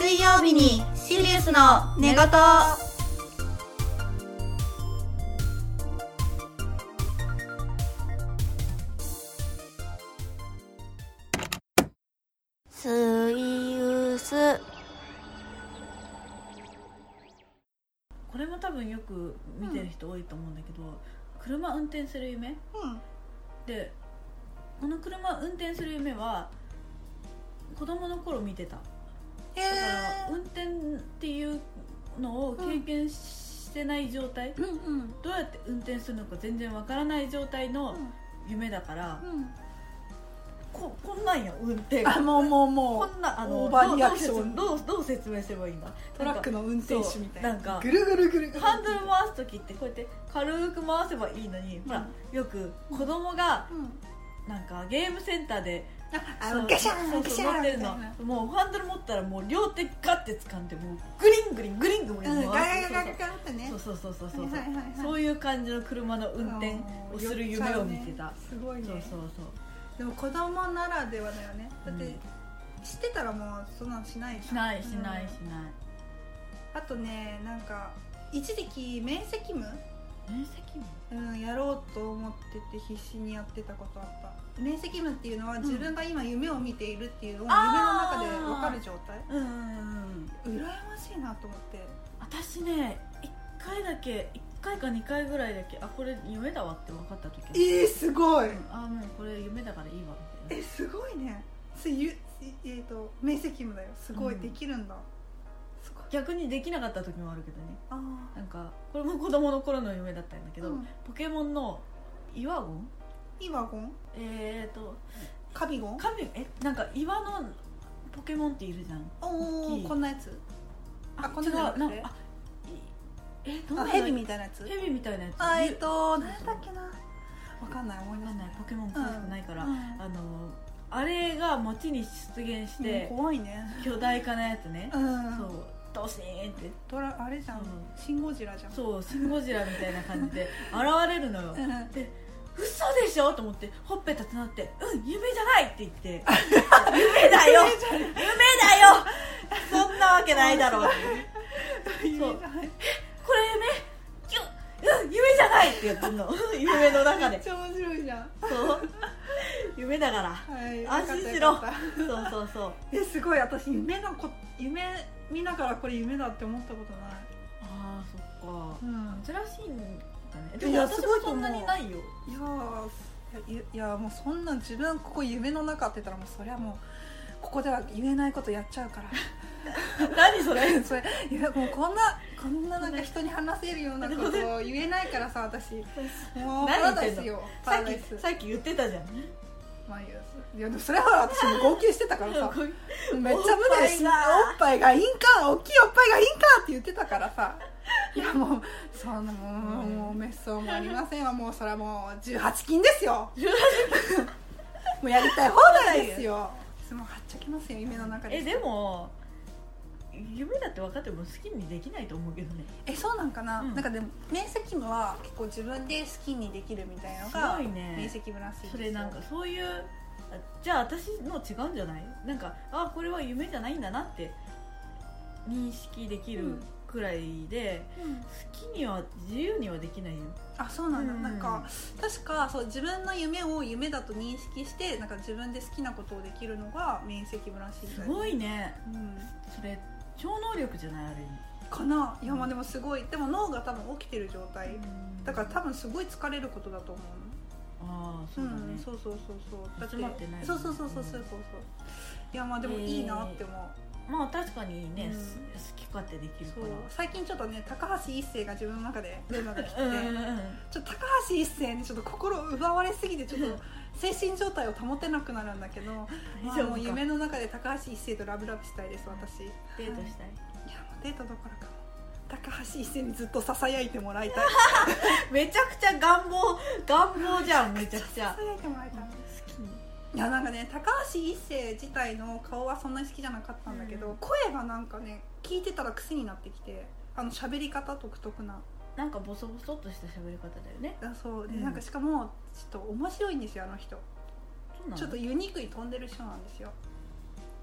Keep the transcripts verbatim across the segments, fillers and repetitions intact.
水曜日にシリウスの寝言。スイウス。 これも多分よく見てる人多いと思うんだけど、うん、車運転する夢、うん、でこの車運転する夢は子供の頃見てた。だから運転っていうのを経験してない状態、うんうん、どうやって運転するのか全然わからない状態の夢だから、うん、こ, こんなんや運転が。 あもうもうもうこんなあのオーバーリアクションどうどう説明すればいいんだ。 トラックの運転手みたいな。 なんかぐるぐるぐるぐるハンドル回す時ってこうやって軽く回せばいいのに、うん、ほらよく子供が、うん、なんかゲームセンターであのガシャンそうそう乗ってるの。もうハンドル持ったらもう両手ガッて掴んでもうグリングリングリングリングリンガガガガガってね。 そうそうそうそうそうそういう感じの車の運転をする夢を見てた。 すごいね。 そうそうそう。 でも子供ならではだよね。だって知ってたらもうそんなのしないじゃん。 しないしないしない。 あとねなんか一時期面積務面積務、 うん、やろうと思ってて必死にやってたことあった。面積務っていうのは、うん、自分が今夢を見ているっていうのを夢の中で分かる状態。うんうんうん。羨ましいなと思って。 私ねいっかいだけいっかいかにかいぐらいだけあこれ夢だわって分かった時えー、すごい、 うん、あもうこれ夢だからいいわみたいな。 えすごいね。そゆえーと面積務だよ。すごい、うん、できるんだ。 逆にできなかった時もあるけどね。あなんかこれも子供の頃の夢だったんだけど、うん、ポケモンのイワゴンイワゴンえーとカビゴンカビえなんか岩のポケモンっているじゃん。 おおこんなやつ。あこんなやつ。 あえどんなヘビみたいなやつ。 ヘビみたいなやつ。 あえーと何だっけなわかんない思い出せない。 ポケモン詳しくないから、うん、あのあれが街に出現して、 うん、怖いね巨大化なやつね、うん、そうドシーンってトラあれじゃん、うん、シンゴジラじゃん。 そうシンゴジラみたいな感じで現れるのよで嘘でしょと思ってほっぺたつなってうん夢じゃないって言って夢だよ夢だよそんなわけないだろうって夢じゃないこれ夢うん夢じゃないって言ってんの夢の中で。 めっちゃ面白いじゃん。 そう夢だから、はい、安心しろ。そうそうそう。 えすごい私夢のこ夢見ながらこれ夢だって思ったことない。 ああそっか、うん、珍しいんだね。 でも私もそんなにないよ。 いやいやいやもうそんな自分ここ夢の中って言ったらもうそれはもうここでは言えないことやっちゃうから何それそれいやもうこんなこんななんか人に話せるようなことを言えないからさ私もうパラダイスよ。 さっきさっき言ってたじゃん。 まあ、いやでもそれは私も号泣してたからさめっちゃ胸しおっぱいがいいんか大きいおっぱいがいいんかって言ってたからさいやもうそんなもう、もう滅相もありませんわ。もうそれはもうじゅうはちきんですよもうやりたい放題ですよ。もうはっちゃきますよ夢の中で。 えでも夢だって分かっても好きにできないと思うけどね。 えそうなんかな、うん、なんかでも面積務は結構自分で好きにできるみたいなのが面積務らしいですよ。 それなんかそういうじゃあ私の違うんじゃない。なんかあこれは夢じゃないんだなって認識できるくらいで、うんうん、好きには自由にはできないよ。 あそうなんだ、うん、なんか確かそう自分の夢を夢だと認識してなんか自分で好きなことをできるのが面積務らしい。 すごいね、うん、それ超能力じゃないある意味かな。いやまあでもすごいでも脳が多分起きてる状態だから多分すごい疲れることだと思う。 ああそうだね、 うん、そうそうそうそうだって集まってない、ね、 そうそうそうそうそうそういやまあでもいいなって思う、 えー、まあ確かにね、うん、好き勝手できるから。 最近ちょっとね高橋一生が自分の中で出るのが来てうん、ちょっと高橋一生にちょっと心を奪われすぎてちょっと精神状態を保てなくなるんだけどまあもう夢の中で高橋一生とラブラブしたいです私。 デートしたい、 はい、いやもうデートどころか高橋一生にずっとささやいてもらいたいめちゃくちゃ願望願望じゃん。めちゃくちゃささやいてもらいたい、うん、好きに。いやなんかね高橋一生自体の顔はそんなに好きじゃなかったんだけど、うん、声がなんかね聞いてたら癖になってきてあの喋り方独特ななんかボソボソっとした喋り方だよね。 あそうで、うん、なんかしかもちょっと面白いんですよあの人。ちょっとユニークに飛んでる人なんですよ。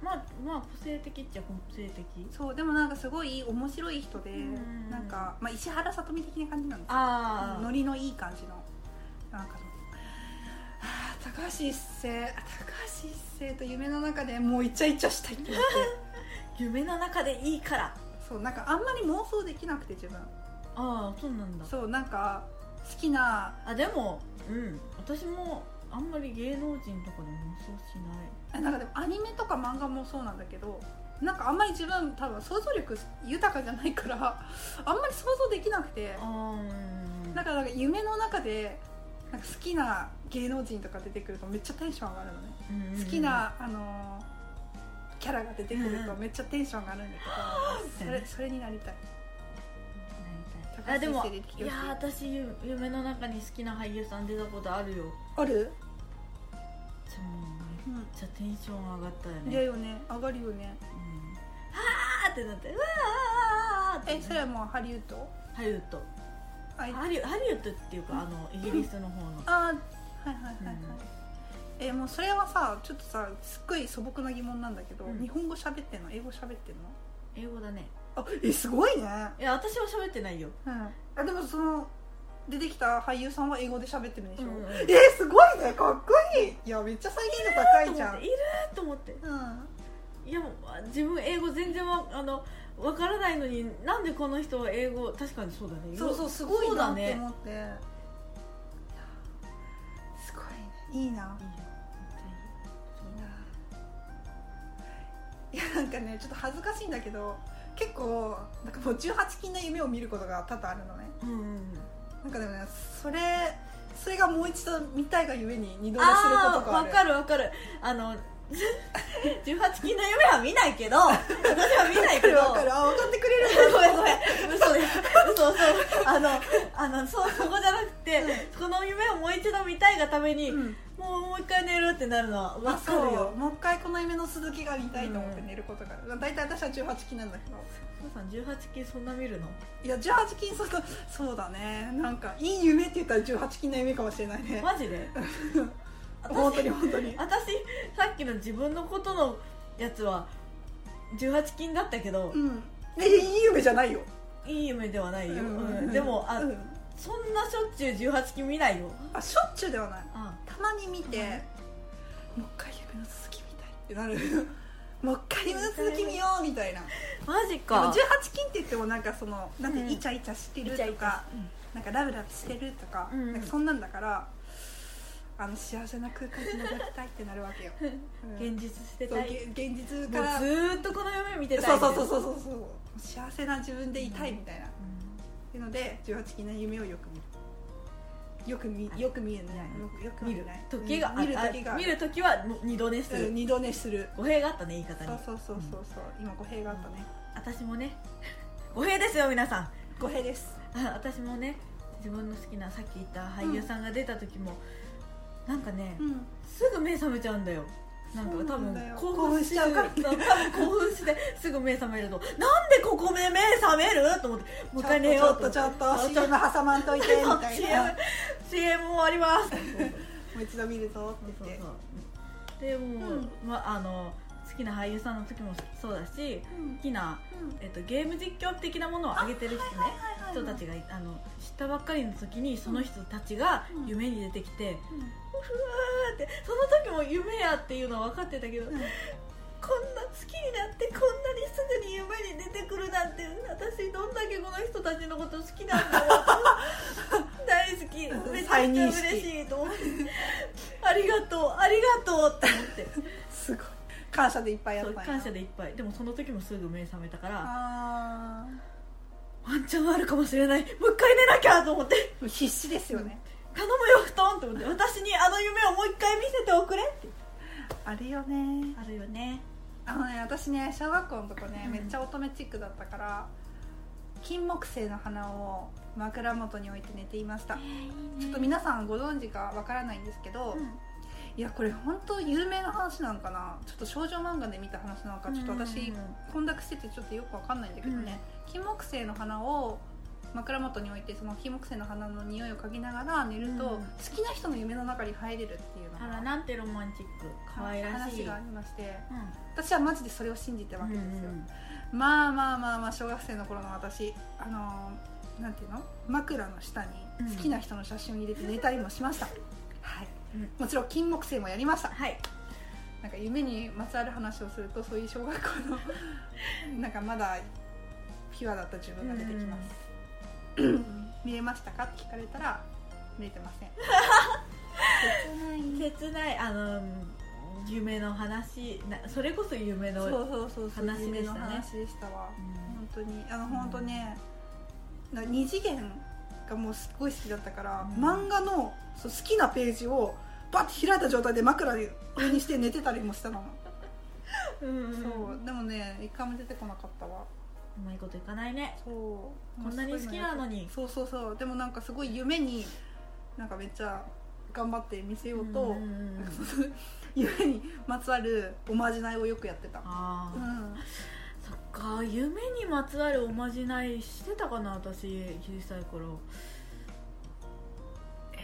まあまあ個性的っちゃ個性的。 そうでもなんかすごい面白い人で、んなんか、まあ、石原さとみ的な感じなんですよ。 あノリのいい感じのなんかあ高橋一生高橋一生と夢の中でもうイチャイチャしたいって言って夢の中でいいから。 そうなんかあんまり妄想できなくて自分。 ああそうなんだ。 そうなんか好きなあでもうん私もあんまり芸能人とかで妄想しない。 なんかでもアニメとか漫画もそうなんだけどなんかあんまり自分多分想像力豊かじゃないからあんまり想像できなくてあだからなんか夢の中でなんか好きな芸能人とか出てくるとめっちゃテンション上がるのね、うんうん、好きな、あのー、キャラが出てくるとめっちゃテンション上がるんだけど、うん、それ、それになりたい。 あでもいや私夢の中に好きな俳優さん出たことあるよ。 ある？ じゃあもうめっちゃテンション上がったよね。 だよね上がるよね、 うん、はーってなってうわーって、ね、 えそれはもうハリウッド？ ハリウッドハリ、ハリウッドっていうか、うん、あのイギリスの方の、うん、 あはいはいはいはい、うん、えもうそれはさちょっとさすっごい素朴な疑問なんだけど、うん、日本語喋ってんの？英語喋ってんの？ 英語だね。 あえすごいね。 いや私は喋ってないよ、 うん、あでもその出てきた俳優さんは英語で喋ってるんでしょ、うん、えすごいねかっこいい。いやめっちゃ再現度高いじゃん。 いると思って、うん、いや自分英語全然わあの分からないのになんでこの人は英語確かにそうだね。 そうそうすごいなって思って、ね、すごいねいいな。いいよいいな。いやなんかねちょっと恥ずかしいんだけど結構なんかもうじゅうはちきんの夢を見ることが多々あるのね、うんうん、なんかでもねそれそれがもう一度見たいがゆえに二度寝することがある。 わかるわかる。あのじゅうはちきんの夢は見ないけど私は見ないけどわかるわかる。あ分かってくれるんだごめんごめん嘘です嘘嘘あのあのそうそこじゃなくて、うん、この夢をもう一度見たいがために、うん、もうもう一回寝るってなるのは分かるよ。 もう一回この夢の続きが見たいと思って寝ることがある。だいたい私はじゅうはちきなんだけど。 そうさんじゅうはちきんそんな見るの？ いやじゅうはちきんそんなそうだね。なんかいい夢って言ったらじゅうはちきんの夢かもしれないね。 マジで本当に本当に私さっきの自分のことのやつはじゅうはちきんだったけど、うん、 えいい夢じゃないよ。 いい夢ではないよ、うんうん、でもあ、うん、そんなしょっちゅうじゅうはちきん見ないよ。 あしょっちゅうではない。あたまに見て、うん、もう一回夢の続き見たいってなるもう一回夢の続き見ようみたいな。 マジか。 じゅうはちきんって言ってもなんかそのなんてイチャイチャしてるとか、うん、なんかラブラブしてるとか、うん、なんかそんなんだからあの幸せな空間に覗きたいってなるわけよ、うん、 現実してたい。 現実からずーっとこの夢見てたい。 そうそうそうそうそう幸せな自分でいたいみたいな、うん、っていうのでじゅうはちきの夢をよく見る。よく見よく見るね。よく見る時が見る時が見る時は二度寝する。 二度寝する。 語弊があったね言い方に。 そうそうそうそうそう、うん、今語弊があったね。 私もね語弊ですよ皆さん。 語弊です。 私もね自分の好きなさっき言った俳優さんが出た時も、うん、なんかね、うん、すぐ目覚めちゃうんだよ。なんか多分興奮しちゃうから多分興奮してすぐ目覚めるとなんでここで目覚めると思ってもう一回寝ようとちょっとちょっと シーエム 挟まんといてみたいなシーエムシーエム 終わりますもう一度見るぞって言って。そうそうでも、うんま、あの好きな俳優さんの時もそうだし、うん、好きな、うんえっと、ゲーム実況的なものを上げてる人ね人たちがあの知ったばっかりの時にその人たちが夢に出てきて、うんうんふわーってその時も夢やっていうのは分かってたけど、うん、こんな好きになってこんなにすぐに夢に出てくるなんて私どんだけこの人たちのこと好きなんだろう大好きめちゃくちゃ嬉しいと思ってありがとうありがとうって思ってすごい感謝でいっぱいやったんや。 感謝でいっぱい。でもその時もすぐ目覚めたからあワンチャンあるかもしれないもう一回寝なきゃと思って必死ですよね、 うん頼むよ布団と思って私にあの夢をもう一回見せておくれってあるよねあるよね。 あのね私ね小学校のとこね、うん、めっちゃ乙女チックだったから金木犀の花を枕元に置いて寝ていました、えー、ちょっと皆さんご存知かわからないんですけど、うん、いやこれ本当有名な話なのかなちょっと少女漫画で見た話なのかちょっと私混濁しててちょっとよくわかんないんだけどね、うん、金木犀の花を枕元に置いてその金木犀の花の匂いを嗅ぎながら寝ると、うん、好きな人の夢の中に入れるっていうのが、 あらなんてロマンチック可愛らしい話がありまして、うん、 私はマジでそれを信じてるわけですよ、うん、まあまあまあまあ小学生の頃の私あのー、なんていうの枕の下に好きな人の写真を入れて寝たりもしました、うん、はい、うん、もちろん金木犀もやりました、 はい、 なんか夢にまつわる話をするとそういう小学校のなんかまだピュアだった自分が出てきます、うん、見れましたかって聞かれたら見れてません切ない切ないあの夢の話なそれこそ夢の話でしたね。 そうそうそうそう夢の話でしたわ、うん、本当にあの本当ね、うん、二次元がもうすっごい好きだったから、うん、漫画のそう好きなページをバッて開いた状態で枕に上にして寝てたりもしたのうん、うん、そうでもね一回も出てこなかったわ。 うまいこといかないね。 そうこんなに好きなのに。 そうそうそうでもなんかすごい夢になんかめっちゃ頑張って見せようと、うんうんうん、夢にまつわるおまじないをよくやってた。 あ、うん、そっか夢にまつわるおまじないしてたかな私小さい頃。えー、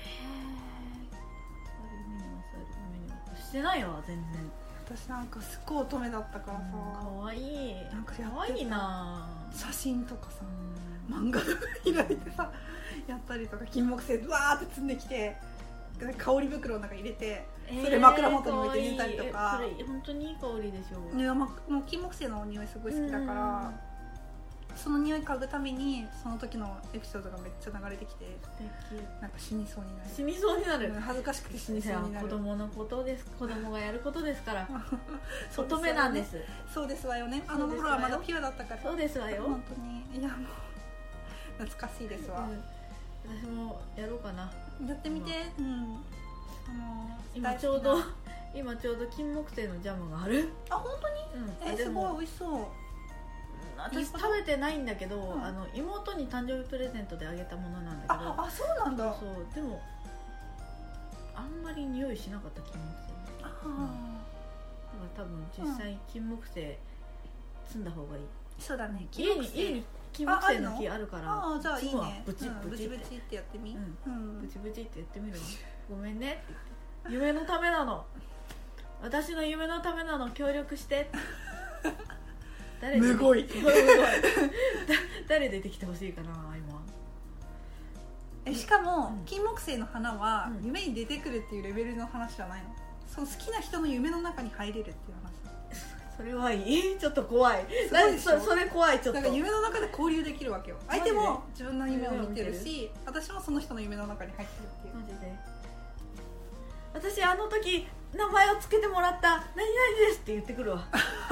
夢にまつわる夢にまつわるしてないわ全然。 私なんかすっごい乙女だったからさ、 かわいいなんかやかわいいな写真とかさ、うん、漫画とか開いてさやったりとか金木犀うわーって積んできて香り袋の中に入れてそれ枕元に置いて寝たりとか、 えー、それ本当にいい香りでしょ。 ね、もう金木犀の匂いすごい好きだから、その匂い嗅ぐためにその時のエピソードがめっちゃ流れてきてなんか死にそうになる死にそうになる、 うん、恥ずかしくて死にそうになる。 子供のことです子供がやることですから乙女なんです。 そうですわよね。あの頃はまだピュアだったから。 そうですわよ本当にいやもう懐かしいですわ、うん私もやろうかな。 やってみて、うん、あの今ちょうど今ちょうど金木犀のジャムがある。 あ本当に、うん、えー、すごい美味しそう。 私食べてないんだけど、うん、あの妹に誕生日プレゼントであげたものなんだけど。 ああそうなんだ。 そうでもあんまり匂いしなかった金木犀。あ、うん、だから多分実際金木犀摘んだ方がいい。 そうだね。 家に家に金木犀の木あるから。 ああじゃあいいね。 ブチブチブチってやってみ。 うん。ブチブチってやってみるわ。ごめんねって言って。夢のためなの。私の夢のためなの協力して。誰むごい。 誰出てきてほしいかな今。 えしかも、うん、金木犀の花は夢に出てくるっていうレベルの話じゃないの。その好きな人の夢の中に入れるっていう話。 それはいいちょっと怖い。何それそれ怖いちょっと。 なんか夢の中で交流できるわけよ。相手も自分の夢を見てるし、私もその人の夢の中に入ってるっていう。 マジで。私あの時名前をつけてもらった何々ですって言ってくるわ。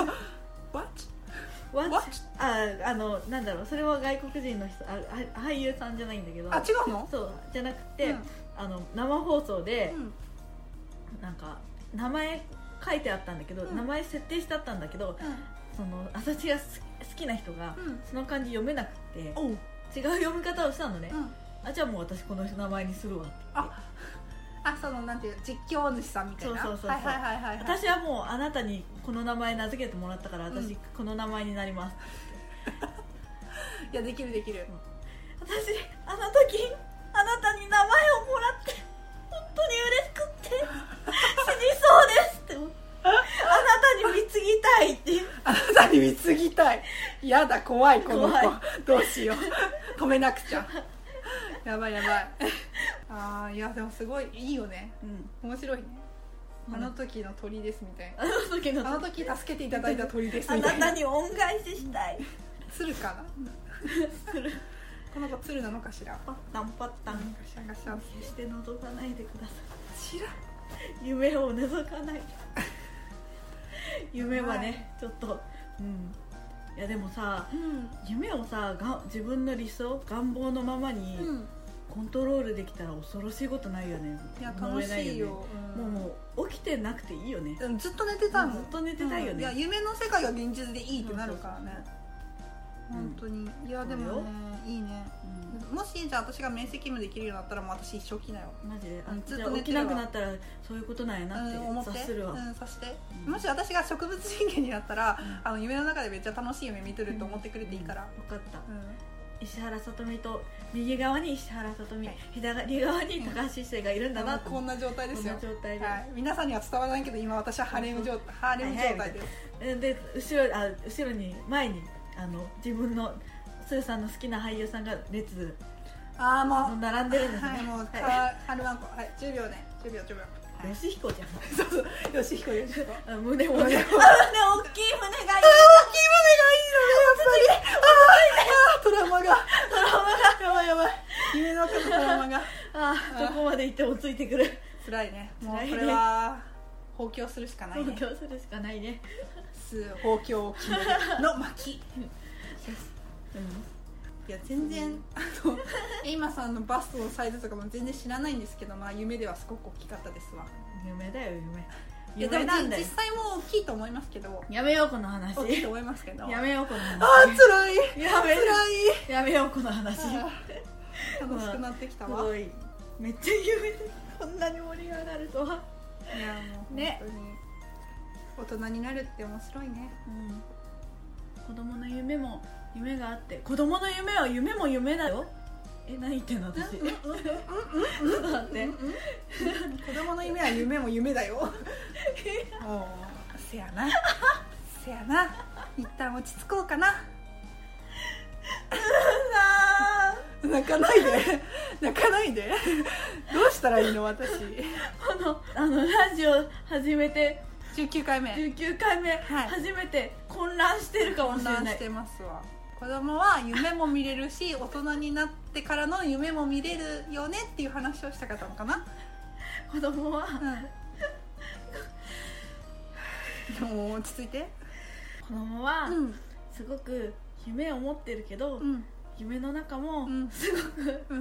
What? What? What? ああのなんだろうそれは外国人の人あ俳優さんじゃないんだけど。 あ違うの？ そうじゃなくて、うん、あの生放送で、うん、なんか名前書いてあったんだけど、うん、名前設定してあったんだけど、うん、その私が好きな人が、うん、その漢字読めなくて、違う読み方をしたのね、うん、あじゃあもう私この名前にするわって。 ああそのなんていう実況主さんみたいな。 そうそうそうそう、 はいはいはいはい、 私はもうあなたにこの名前名付けてもらったから私、うん、この名前になりますいやできるできる、 うん、私あの時あなたに名前をもらって本当に嬉しくって死にそうですってあなたに貢ぎたいってあなたに貢ぎたい。やだ怖いこの子どうしよう止めなくちゃやばいやばいあいやでもすごいいいよね、うん、面白いね、うん、あの時の鳥ですみたいな、 あの時のあの時助けていただいた鳥ですみたいなあなたに恩返ししたい鶴かな鶴この子鶴なのかしら。 パッタンパッタンガシャガシャ決して覗かないでください。 知らん夢を覗かない夢はねちょっとうんいやでもさ、うん、夢をさが自分の理想願望のままにコントロールできたら恐ろしいことないよね。 いや楽しいよ、 うん、もうもう起きてなくていいよね。 ずっと寝てたの、 ずっと寝てたいよね、 うん、いや夢の世界が現実でいいってなるからね、うん、本当にいやでもねいいね、うん、もしじゃあ私が面積務できるようになったらもう私一生起きなよマジで。あずっと寝て起きなくなったらそういうことなんやなって、うん、思って察するわ、 うん、察して、うん、もし私が植物人間になったら、うん、あの夢の中でめっちゃ楽しい夢見とると思ってくれていいから、 うん、分かった、 うん、 石原さとみと右側に石原さとみ、はい、左側に高橋一生がいるんだなと、 こんな状態ですよ。 こんな状態で、 はい、皆さんには伝わらないけど今私はハレム状態、ハーレム状態です、 はいはい、で後ろあ後ろに前にあの自分のスーさんの好きな俳優さんが列あもう並んでるんですね。 はい、もう、はい、ハルワンコ、はい、じゅうびょうね、じゅうびょう、じゅうびょう。 よしひこじゃん。 そうそう、よしひこ、よしひこ。 胸もね、胸も大きい胸がいい。 大きい胸がいいのね、やっぱり。ああ、トラウマが、 トラウマが、 やばいやばい。夢の中のトラウマが。 ああ、どこまで行ってもついてくる。 辛いね。もうこれは放棄をするしかないね。 放棄をするしかないね。 放棄を決めるの巻。いや全然あのエイマさんのバストのサイズとかも全然知らないんですけど、まあ夢ではすごく大きかったですわ。 夢だよ夢。 いやでも実際も大きいと思いますけど。 やめようこの話。 大きいと思いますけど。 やめようこの話。 あー辛い。 やめ辛い。 やめようこの話。 楽しくなってきたわ。 すごい。めっちゃ夢でこんなに盛り上がるとは。いやもう本当に大人になるって面白いね。 うん。子供の夢も夢があって、子供の夢は夢も夢だよ。え、何言ってんの私。ちょっと待って。 子供の夢は夢も夢だよ。もうせやな。せやな。一旦落ち着こうかな。泣かないで。泣かないで。どうしたらいいの私。このあのラジオ始めてじゅうきゅうかいめ。 じゅうきゅうかいめ、はい、初めて混乱してるかもしれない。 混乱してますわ。子供は夢も見れるし大人になってからの夢も見れるよねっていう話をしたかったのかな。 子供は、 うん、もう落ち着いて。 子供は、うん、すごく夢を持ってるけど、うん、夢の中もすごく、うん、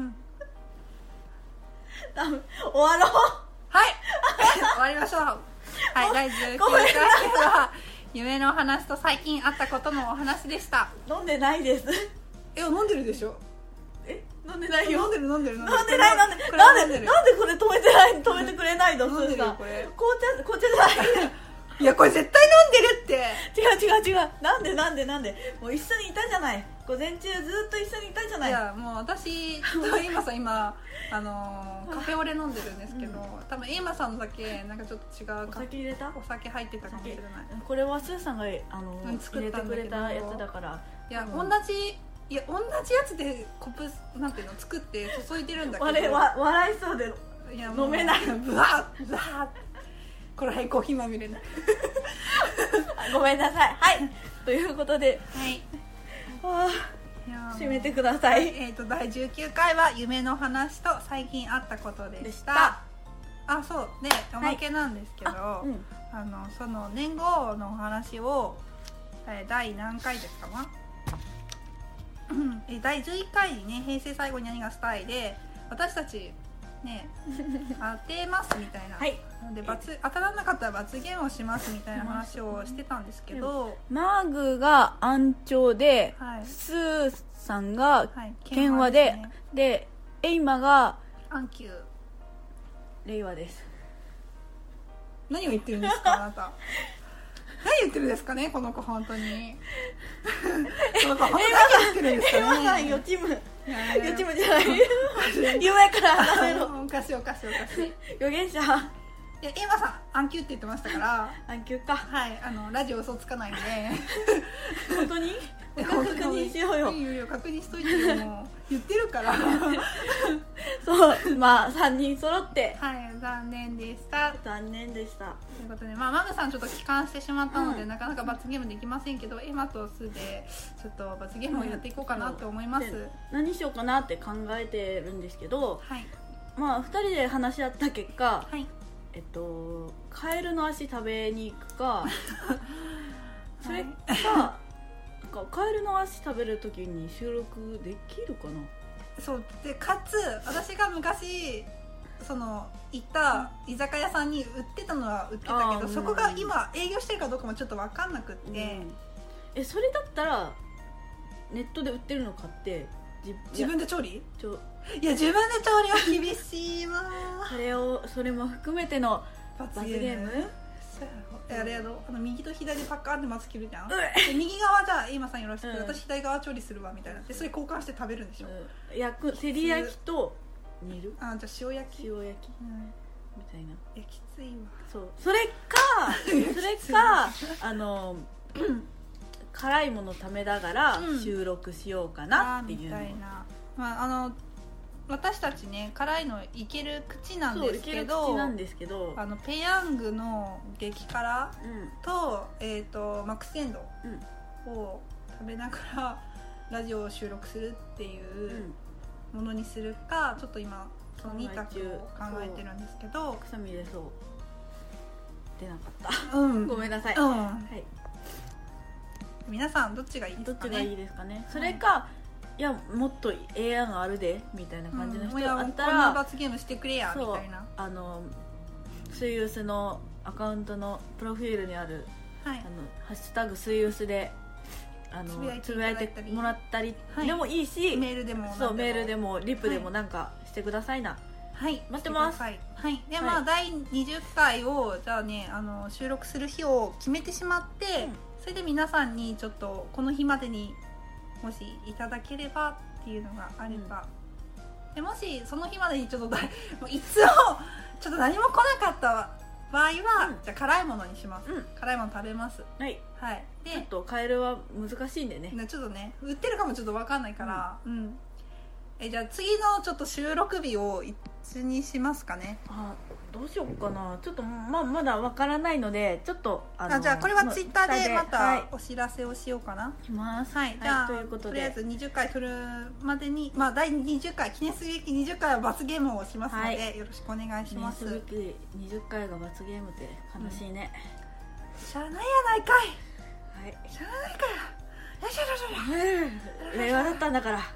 終わろう。 はい終わりましょう。はい、だいじゅうきゅうかいめは夢の話と最近あったことのお話でした。 飲んでないです。 え、飲んでるでしょ。 え、飲んでないよ。 飲んでる飲んでる飲んでる飲んでない。なんでなんでなんでこれ止めてない止めてくれないの。 飲んでるこれ。 紅茶紅茶じゃない。 いやこれ絶対飲んでるって。 違う違う違う。なんでなんでなんで。もう一緒にいたじゃない。午前中ずっと一緒にいたじゃない。 いやもう私今さ今あのー、カフェオレ飲んでるんですけど、うん、多分エイマさんのだけなんかちょっと違う。 お酒入れた？ お酒入ってたかもしれない。 これはスーさんがあのー、作ってくれたやつだから。 いや、うん、同じいや同じやつでコップなんていうの作って注いでるんだけど。 笑わ笑いそうでいや飲めない。 ブワッブワッ。これはいコーヒーまみれな。 ごめんなさい。はいということで、 はい。 あ締めてください。 えーとだいじゅうきゅうかいは夢の話と最近あったことでした。あ、そうでおまけなんですけど、はい、あ、うん、あのその年号のお話を、えー、第何回ですかな。えだいじゅういっかいにね、平成最後に何がしたいで私たちね当てますみたいな、はい、で罰当たらなかったら罰ゲームをしますみたいな話をしてたんですけど、 マーグが暗調で、はい、スーさんが剣話で、はい、ね、でエイマが暗球令和です。 何を言ってるんですかあなた。何言ってるんですかねこの子本当に。この子本当に何言ってるんですかね。エイマさん予知夢予知夢じゃない。夢から離れろ。 おかしいおかしいおかしい。 預言者。 いやエイマさん暗球って言ってましたから。 暗球か。 はい、あのラジオ嘘つかないんで。 本当に？確認しようよ。 いいよ確認しといてよ。もう言ってるから。 そうまあさんにん揃って。 はい、残念でした。 残念でした。 ということで、まあマグさんちょっと帰還してしまったので、うん、なかなか罰ゲームできませんけど、エマとスでちょっと罰ゲームをやっていこうかなと思います。うん、 何しようかなって考えてるんですけど、はい、まあふたりで話し合った結果、はい、えっとカエルの足食べに行くか、それか。カエルの足食べるときに収録できるかな。 そうでかつ私が昔その行った居酒屋さんに売ってたのは売ってたけど、そこが今営業してるかどうかもちょっと分かんなくって、うん、 えそれだったらネットで売ってるの買って自分で調理ちょいや自分で調理は厳しいわ。 それをそれも含めての罰ゲームあれやろ、あの右と左パッカーンってまず切るじゃん、 うで右側じゃあ今さんよろしく、 うん私左側調理するわみたいなでそれ交換して食べるんでしょ、 うん、焼く照り焼きと煮るあじゃあ塩焼き、 塩焼きうんみたいな。 いやきついわ。 そうそれかそれかあの辛いもの食べながら収録しようかなっていうの、 あーみたいな、まあ、あの私たちね辛いのいける口なんですけそういける口どなんですけど、 あのペヤングの激辛うんと,、えー、とマクセンドうんを食べながらラジオを収録するっていうものにするか、ちょっと今そのに択を考えてるんですけど、 くしゃみ出そう出なかったうんごめんなさい、 うんはい、 皆さんどっちがいいでどすかね。 っちがいいですかね。それか、いやもっとええやんあるでみたいな感じの人うん、いやだったこんなら、 罰ゲームしてくれやみそうたいな、 あのスイウスのアカウントのプロフィールにあるはいあのハッシュタグスイウスであのつぶやいてつぶやいていただいたりもらったりはいでもいいし、 メールでもそうメールでももリプでもなんかしてくださいな、 はい待ってますしてください。はいで、 はいまあだいにじゅっかいをじゃあねあの収録する日を決めてしまって、 うんそれで皆さんにちょっとこの日までにもしいただければっていうのがあれば、でもしその日までにちょっとだもういつもちょっと何も来なかった場合は、 うんじゃあ辛いものにします、 うん辛いもの食べます。 はい、 はいちょっでとカエルは難しいんでね、 ねちょっとね売ってるかもちょっと分かんないから、うんえじゃあ次のちょっと収録日をいつにしますかね。 あどうしようかな、ちょっと、まあ、まだわからないのでちょっとあのあじゃあこれはツイッターでまはいたお知らせをしようかな。 しますはい、じゃあ、 ということでとりあえずにじゅっかい撮るまでに、まあ、だいにじゅっかい記念すべきにじゅっかいは罰ゲームをしますので、 はいよろしくお願いします。 記念すべきにじゅっかいが罰ゲームって悲しいね、 しゃあないやないかいはいしゃあないかよしよしよしよし令和だったんだから、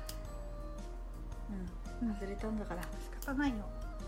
ううんん、外れたんだから、 仕方ないよ。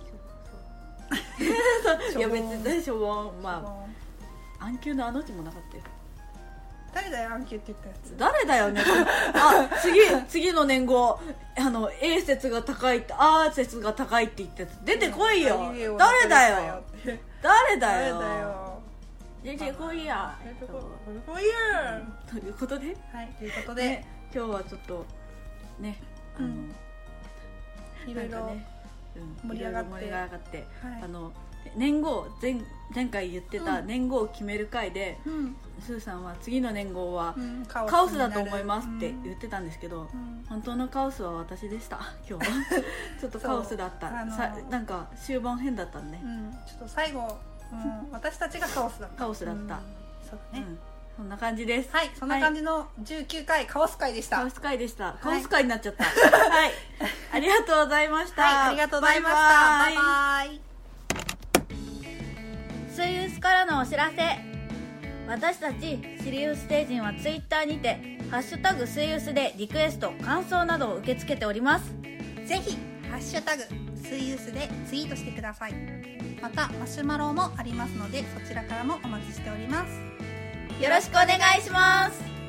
いや別に大丈夫、まもうあ暗球のあの字もなかったよ。 誰だよアンキュって言ったやつ。 誰だよねあ次次の年号あの A 説が高いって A 説が高いって言ったやつ出てこいよ、 うん誰だよ誰だ誰よだよ出てこいや出てこいやということで、 はいということで、 ね、今日はちょっとねあの、 うんいろいろ、 なんかねうん、 盛り上がっていろいろ盛り上がって、 はいあの年号 前, 前回言ってたうん年号を決める回で、 うんスーさんは次の年号はうんカオスだと思いますって言ってたんですけど、 うん本当のカオスは私でした今日はちょっとカオスだった、 そうあのーさなんか終盤変だったんで、 うんちょっと最後、うん、私たちがカオスだったカオスだった、 うんそうだね、 うん、そんな感じです。 はいそんな感じのじゅうきゅうかいカオス会でした。 カオス会でした。 いカオス会になっちゃった。はい、ありがとうございました。 はいありがとうございました。バイバイ。 スイウスからのお知らせ。私たちシリウス星人はツイッターにてハッシュタグスイウスでリクエスト感想などを受け付けております。 ぜひハッシュタグスイウスでツイートしてください。またマシュマロもありますのでそちらからもお待ちしております。 よろしくお願いします。